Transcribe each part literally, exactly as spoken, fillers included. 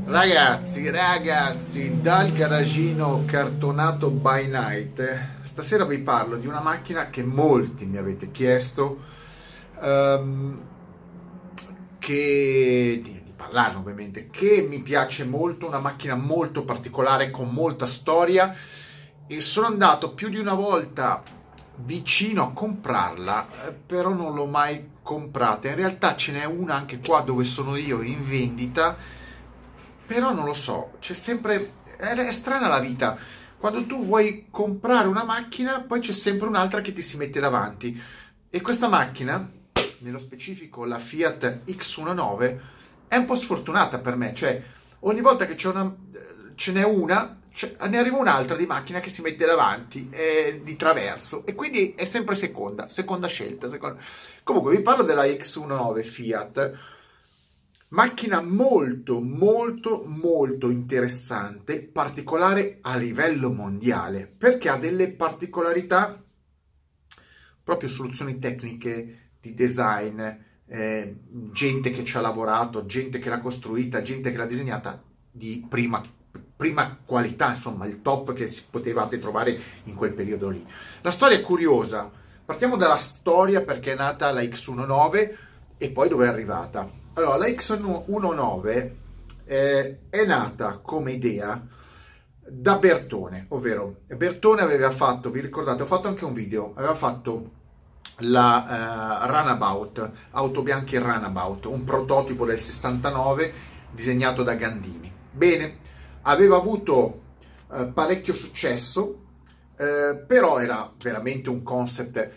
Ragazzi, ragazzi, dal garagino cartonato by night, stasera vi parlo di una macchina che molti mi avete chiesto, ehm, che, di, di parlarne ovviamente, che mi piace molto, una macchina molto particolare, con molta storia, e sono andato più di una volta vicino a comprarla, eh, però non l'ho mai comprata. In realtà ce n'è una anche qua dove sono io in vendita, però non lo so, c'è sempre, è strana la vita, quando tu vuoi comprare una macchina poi c'è sempre un'altra che ti si mette davanti, e questa macchina, nello specifico la Fiat X diciannove, è un po' sfortunata per me, cioè ogni volta che c'è una, ce n'è una, ne arriva un'altra di macchina che si mette davanti, eh, di traverso, e quindi è sempre seconda, seconda scelta. Seconda. Comunque vi parlo della X diciannove Fiat. Macchina molto, molto, molto interessante, particolare a livello mondiale, perché ha delle particolarità, proprio soluzioni tecniche, di design, eh, gente che ci ha lavorato, gente che l'ha costruita, gente che l'ha disegnata di prima, prima qualità, insomma, il top che potevate trovare in quel periodo lì. La storia è curiosa, partiamo dalla storia, perché è nata la X diciannove e poi dove è arrivata. Allora, la X diciannove eh, è nata come idea da Bertone, ovvero Bertone aveva fatto, vi ricordate, ho fatto anche un video, aveva fatto la uh, Runabout, auto bianche Runabout, un prototipo del sessantanove disegnato da Gandini. Bene, aveva avuto uh, parecchio successo, uh, però era veramente un concept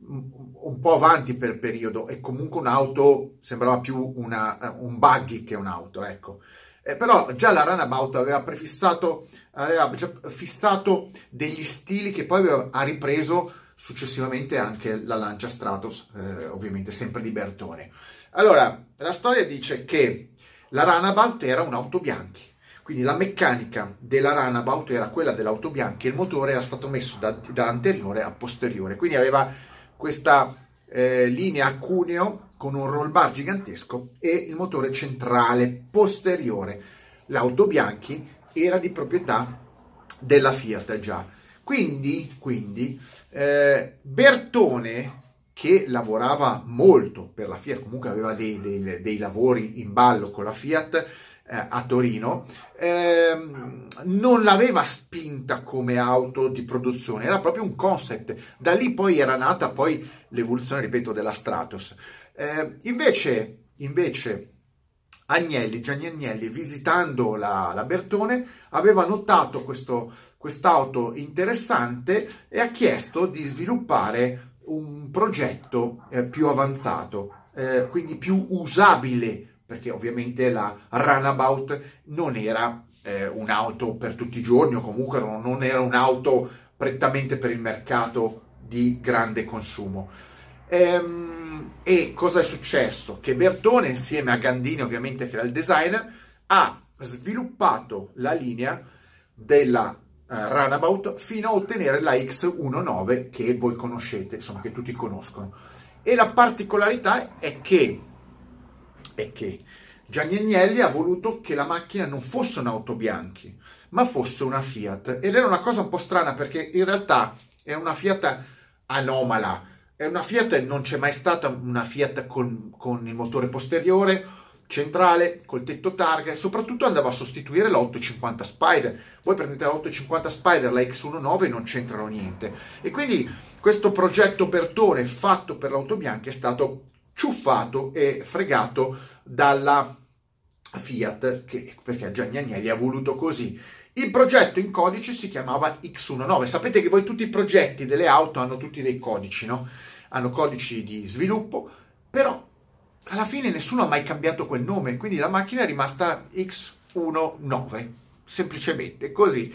un po' avanti per il periodo, e comunque un'auto sembrava più una, un buggy che un'auto, ecco. Eh, però già la Runabout aveva prefissato, aveva già fissato degli stili che poi aveva, ha ripreso successivamente anche la Lancia Stratos, eh, ovviamente sempre di Bertone. Allora, la storia dice che la Runabout era un'auto bianchi, quindi la meccanica della Runabout era quella dell'auto bianchi, e il motore era stato messo da, da anteriore a posteriore, quindi aveva questa eh, linea a cuneo con un roll bar gigantesco e il motore centrale posteriore. L'auto bianchi era di proprietà della Fiat già. Quindi, quindi eh, Bertone, che lavorava molto per la Fiat, comunque aveva dei, dei, dei lavori in ballo con la Fiat, Eh, a Torino, ehm, non l'aveva spinta come auto di produzione, era proprio un concept. Da lì poi era nata poi l'evoluzione, ripeto, della Stratos. Eh, invece, invece Agnelli, Gianni Agnelli, visitando la, la Bertone, aveva notato questo, quest'auto interessante e ha chiesto di sviluppare un progetto eh, più avanzato, eh, quindi più usabile, perché ovviamente la Runabout non era eh, un'auto per tutti i giorni, o comunque non era un'auto prettamente per il mercato di grande consumo. Ehm, e cosa è successo? Che Bertone, insieme a Gandini, ovviamente, che era il designer, ha sviluppato la linea della eh, Runabout fino a ottenere la X diciannove, che voi conoscete, insomma, che tutti conoscono. E la particolarità è che è che Gianni Agnelli ha voluto che la macchina non fosse un'auto bianchi, ma fosse una Fiat. Ed era una cosa un po' strana, perché in realtà è una Fiat anomala. È una Fiat, non c'è mai stata una Fiat con, con il motore posteriore, centrale, col tetto targa, e soprattutto andava a sostituire l'ottocentocinquanta Spider. Voi prendete l'ottocentocinquanta Spider, la X diciannove, non c'entrano niente. E quindi questo progetto Bertone fatto per l'auto bianca è stato ciuffato e fregato dalla Fiat, che, perché Gianni Agnelli ha voluto così. Il progetto in codice si chiamava X diciannove. Sapete che voi tutti i progetti delle auto hanno tutti dei codici, no? Hanno codici di sviluppo, però alla fine nessuno ha mai cambiato quel nome, quindi la macchina è rimasta X diciannove, semplicemente così.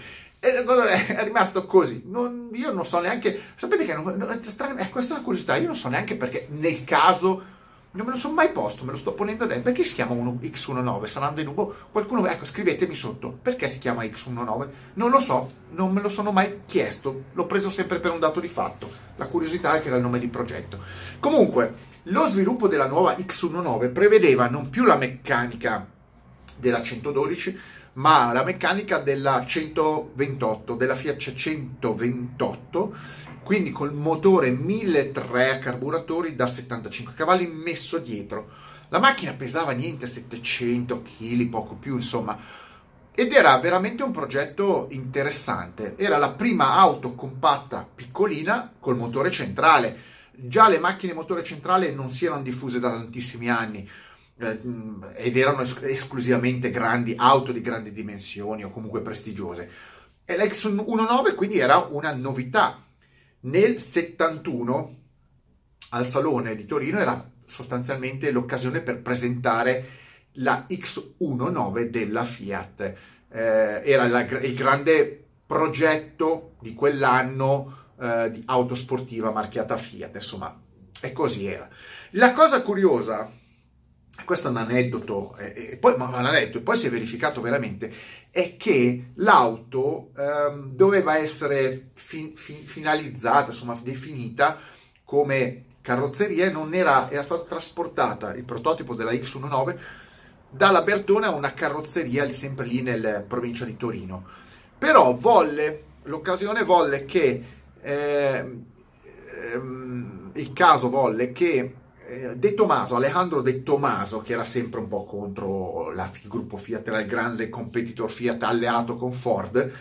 È rimasto così. Non, io non so neanche, sapete che non, non, eh, questa è una curiosità, io non so neanche perché, nel caso non me lo sono mai posto, me lo sto ponendo adesso. Perché si chiama uno X diciannove? Saranno in nuovo qualcuno, ecco, scrivetemi sotto perché si chiama X diciannove. Non lo so, non me lo sono mai chiesto, l'ho preso sempre per un dato di fatto. La curiosità è che era il nome di progetto. Comunque, lo sviluppo della nuova X diciannove prevedeva non più la meccanica della centododici, ma la meccanica della centoventotto, della Fiat centoventotto, quindi col motore milletrecento a carburatori da settantacinque cavalli messo dietro. La macchina pesava niente, settecento chili, poco più, insomma, ed era veramente un progetto interessante. Era la prima auto compatta piccolina col motore centrale. Già le macchine motore centrale non si erano diffuse da tantissimi anni, ed erano es- esclusivamente grandi auto di grandi dimensioni o comunque prestigiose, e l'X diciannove quindi era una novità. Nel settantuno al Salone di Torino era sostanzialmente l'occasione per presentare la X diciannove della Fiat. Eh, era la, il grande progetto di quell'anno eh, di auto sportiva marchiata Fiat, insomma, e così era. La cosa curiosa, questo è un aneddoto, e poi, ma un aneddoto, poi si è verificato veramente, è che l'auto ehm, doveva essere fin, fin, finalizzata, insomma definita come carrozzeria, e non era, era stata trasportata il prototipo della X diciannove dalla Bertone a una carrozzeria lì, sempre lì nella provincia di Torino. Però volle, l'occasione volle che, eh, ehm, il caso volle che De Tomaso, Alejandro De Tomaso, che era sempre un po' contro la, il gruppo Fiat, era il grande competitor Fiat alleato con Ford,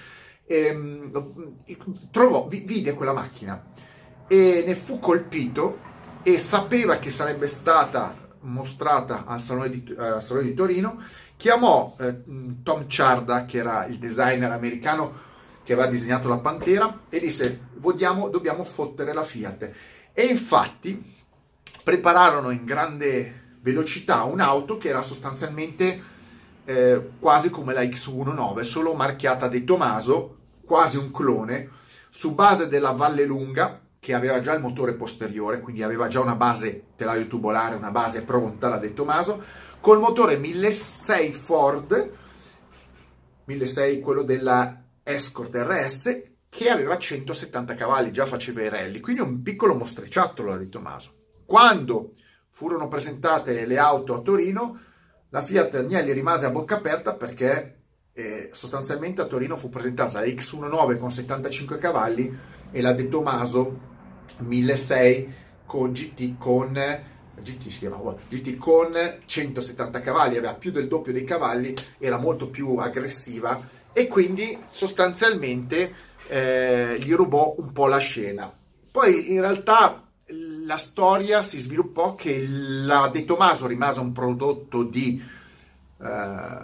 ehm, trovò, vide quella macchina e ne fu colpito, e sapeva che sarebbe stata mostrata al Salone di, al Salone di Torino. Chiamò eh, Tom Ciarda, che era il designer americano che aveva disegnato la Pantera, e disse: vogliamo, dobbiamo fottere la Fiat. E infatti prepararono in grande velocità un'auto che era sostanzialmente eh, quasi come la X diciannove, solo marchiata De Tomaso, quasi un clone, su base della Vallelunga, che aveva già il motore posteriore, quindi aveva già una base telaio tubolare, una base pronta, la De Tomaso, col motore milleseicento Ford, milleseicento quello della Escort R S, che aveva centosettanta cavalli, già faceva i rally, quindi un piccolo mostriciattolo la De Tomaso. Quando furono presentate le auto a Torino, la Fiat Agnelli rimase a bocca aperta, perché eh, sostanzialmente a Torino fu presentata la X diciannove con settantacinque cavalli e la De Tomaso milleseicento con G T con G T si chiamava G T con centosettanta cavalli, aveva più del doppio dei cavalli, era molto più aggressiva, e quindi sostanzialmente eh, gli rubò un po' la scena. Poi in realtà la storia si sviluppò che la De Tomaso rimase un prodotto di eh,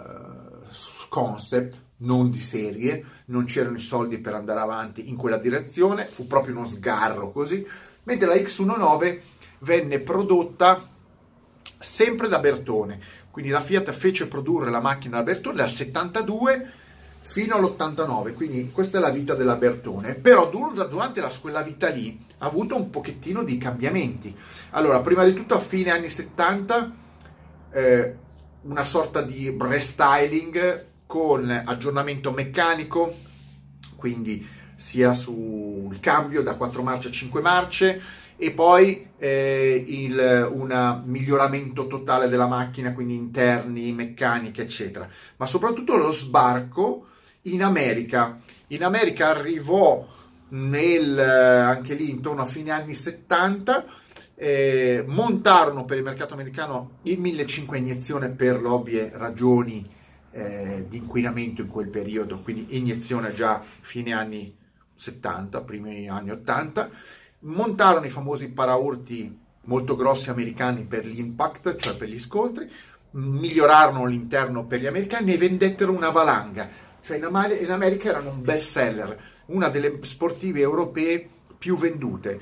concept, non di serie, non c'erano i soldi per andare avanti in quella direzione, fu proprio uno sgarro così, mentre la X diciannove venne prodotta sempre da Bertone, quindi la Fiat fece produrre la macchina da Bertone dal settantadue fino all'ottantanove, quindi questa è la vita della Bertone. Però durante la, quella vita lì ha avuto un pochettino di cambiamenti. Allora, prima di tutto a fine anni settanta eh, una sorta di restyling con aggiornamento meccanico, quindi sia sul cambio da quattro marce a cinque marce, e poi eh, il un miglioramento totale della macchina, quindi interni, meccanica, eccetera. Ma soprattutto lo sbarco in America. In America arrivò nel, anche lì intorno a fine anni settanta, eh, montarono per il mercato americano il millecinquecento iniezione per ovvie ragioni eh, di inquinamento in quel periodo, quindi iniezione già fine anni settanta, primi anni ottanta. Montarono i famosi paraurti molto grossi americani per l'impact, cioè per gli scontri, migliorarono l'interno per gli americani e vendettero una valanga. Cioè in, Am- in America erano un best seller, una delle sportive europee più vendute.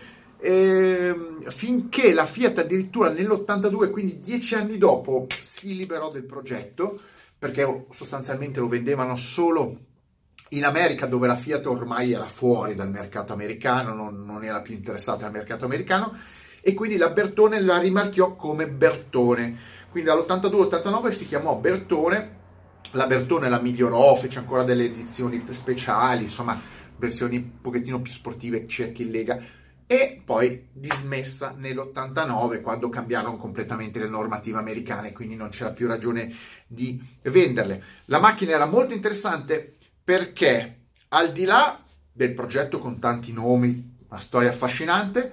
E, finché la Fiat addirittura nell'ottantadue, quindi dieci anni dopo, si liberò del progetto, perché sostanzialmente lo vendevano solo in America, dove la Fiat ormai era fuori dal mercato americano, non, non era più interessata al mercato americano, e quindi la Bertone la rimarchiò come Bertone. Quindi dall'ottantadue all'ottantanove si chiamò Bertone. La Bertone la migliorò, fece ancora delle edizioni speciali, insomma, versioni un pochettino più sportive, cerchi in lega, e poi dismessa nell'ottantanove quando cambiarono completamente le normative americane, quindi non c'era più ragione di venderle. La macchina era molto interessante perché al di là del progetto con tanti nomi, una storia affascinante,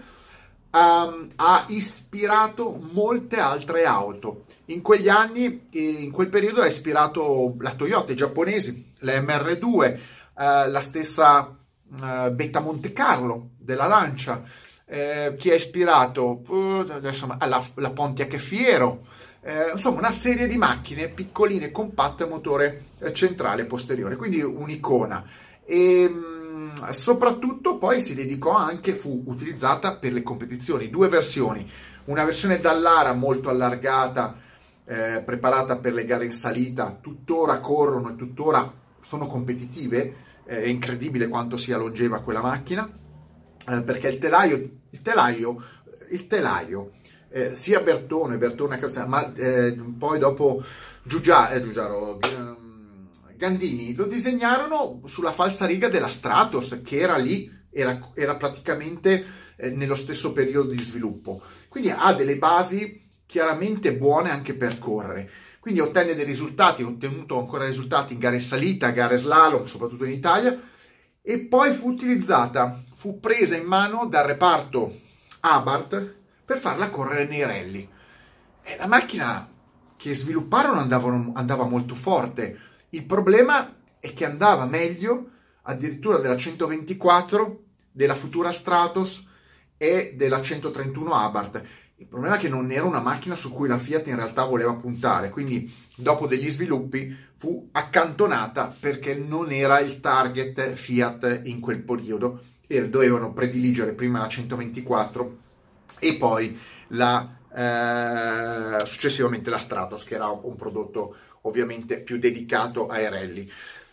um, ha ispirato molte altre auto. In quegli anni, in quel periodo, ha ispirato la Toyota, i giapponesi, la M R due, uh, la stessa Uh, Beta Monte Carlo della Lancia, eh, chi ha ispirato uh, adesso, la, la Pontiac Fiero, eh, insomma una serie di macchine piccoline, compatte, motore eh, centrale e posteriore, quindi un'icona. E mh, soprattutto poi si dedicò anche, fu utilizzata per le competizioni, due versioni, una versione Dallara molto allargata, eh, preparata per le gare in salita, tuttora corrono e tuttora sono competitive. È incredibile quanto sia longeva quella macchina, eh, perché il telaio, il telaio, il telaio eh, sia Bertone, Bertone, ma eh, poi dopo Giugia, eh, Giugiaro, Gandini lo disegnarono sulla falsariga della Stratos, che era lì, era, era praticamente eh, nello stesso periodo di sviluppo. Quindi ha delle basi chiaramente buone anche per correre. Quindi ottenne dei risultati, ho ottenuto ancora risultati in gare in salita, gare slalom, soprattutto in Italia, e poi fu utilizzata, fu presa in mano dal reparto Abarth per farla correre nei rally. E la macchina che svilupparono andava, andava molto forte, il problema è che andava meglio addirittura della centoventiquattro, della futura Stratos e della centotrentuno Abarth. Il problema è che non era una macchina su cui la Fiat in realtà voleva puntare, quindi dopo degli sviluppi fu accantonata perché non era il target Fiat in quel periodo e dovevano prediligere prima la centoventiquattro e poi la, eh, successivamente la Stratos, che era un prodotto ovviamente più dedicato ai rally.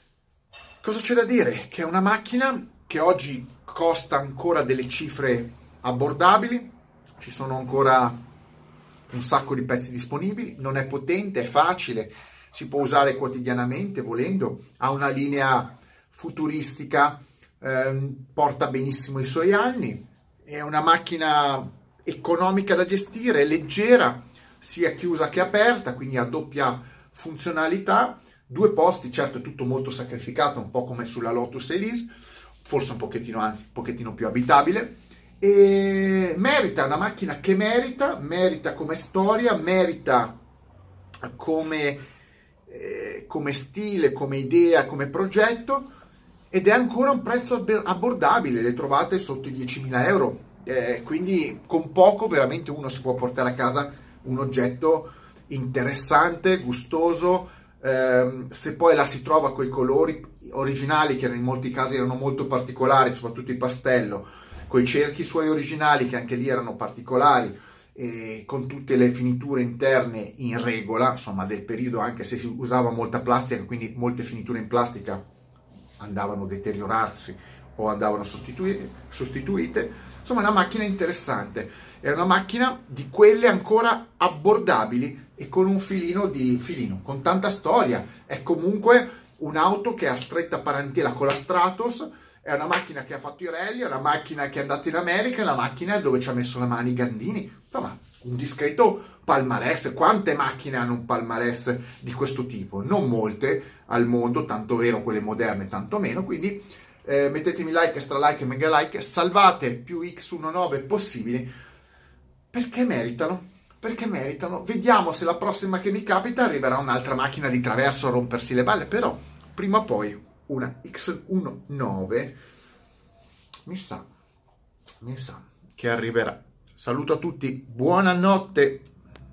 Cosa c'è da dire? Che è una macchina che oggi costa ancora delle cifre abbordabili. Ci sono ancora un sacco di pezzi disponibili, non è potente, è facile, si può usare quotidianamente volendo, ha una linea futuristica, ehm, porta benissimo i suoi anni, è una macchina economica da gestire, leggera, sia chiusa che aperta, quindi ha doppia funzionalità, due posti, certo è tutto molto sacrificato, un po' come sulla Lotus Elise, forse un pochettino, anzi, un pochettino più abitabile. E merita, una macchina che merita, merita come storia, merita come, eh, come stile, come idea, come progetto, ed è ancora un prezzo abbordabile, le trovate sotto i diecimila euro, eh, quindi con poco veramente uno si può portare a casa un oggetto interessante, gustoso, ehm, se poi la si trova con i colori originali che in molti casi erano molto particolari, soprattutto il pastello, con i cerchi suoi originali che anche lì erano particolari e con tutte le finiture interne in regola, insomma del periodo, anche se si usava molta plastica, quindi molte finiture in plastica andavano a deteriorarsi o andavano sostituite, sostituite. Insomma, è una macchina interessante, è una macchina di quelle ancora abbordabili e con un filino di filino, con tanta storia. È comunque un'auto che ha stretta parentela con la Stratos. È una macchina che ha fatto i rally, è una macchina che è andata in America, è una macchina dove ci ha messo la mano Gandini. Insomma, un discreto palmarès. Quante macchine hanno un palmarès di questo tipo? Non molte al mondo, tanto vero quelle moderne, tanto meno. Quindi eh, mettetemi like, extra like e mega like, salvate più X diciannove possibili, perché meritano, perché meritano. Vediamo se la prossima che mi capita arriverà un'altra macchina di traverso a rompersi le balle, però prima o poi una X diciannove mi sa, mi sa che arriverà. Saluto a tutti, buonanotte.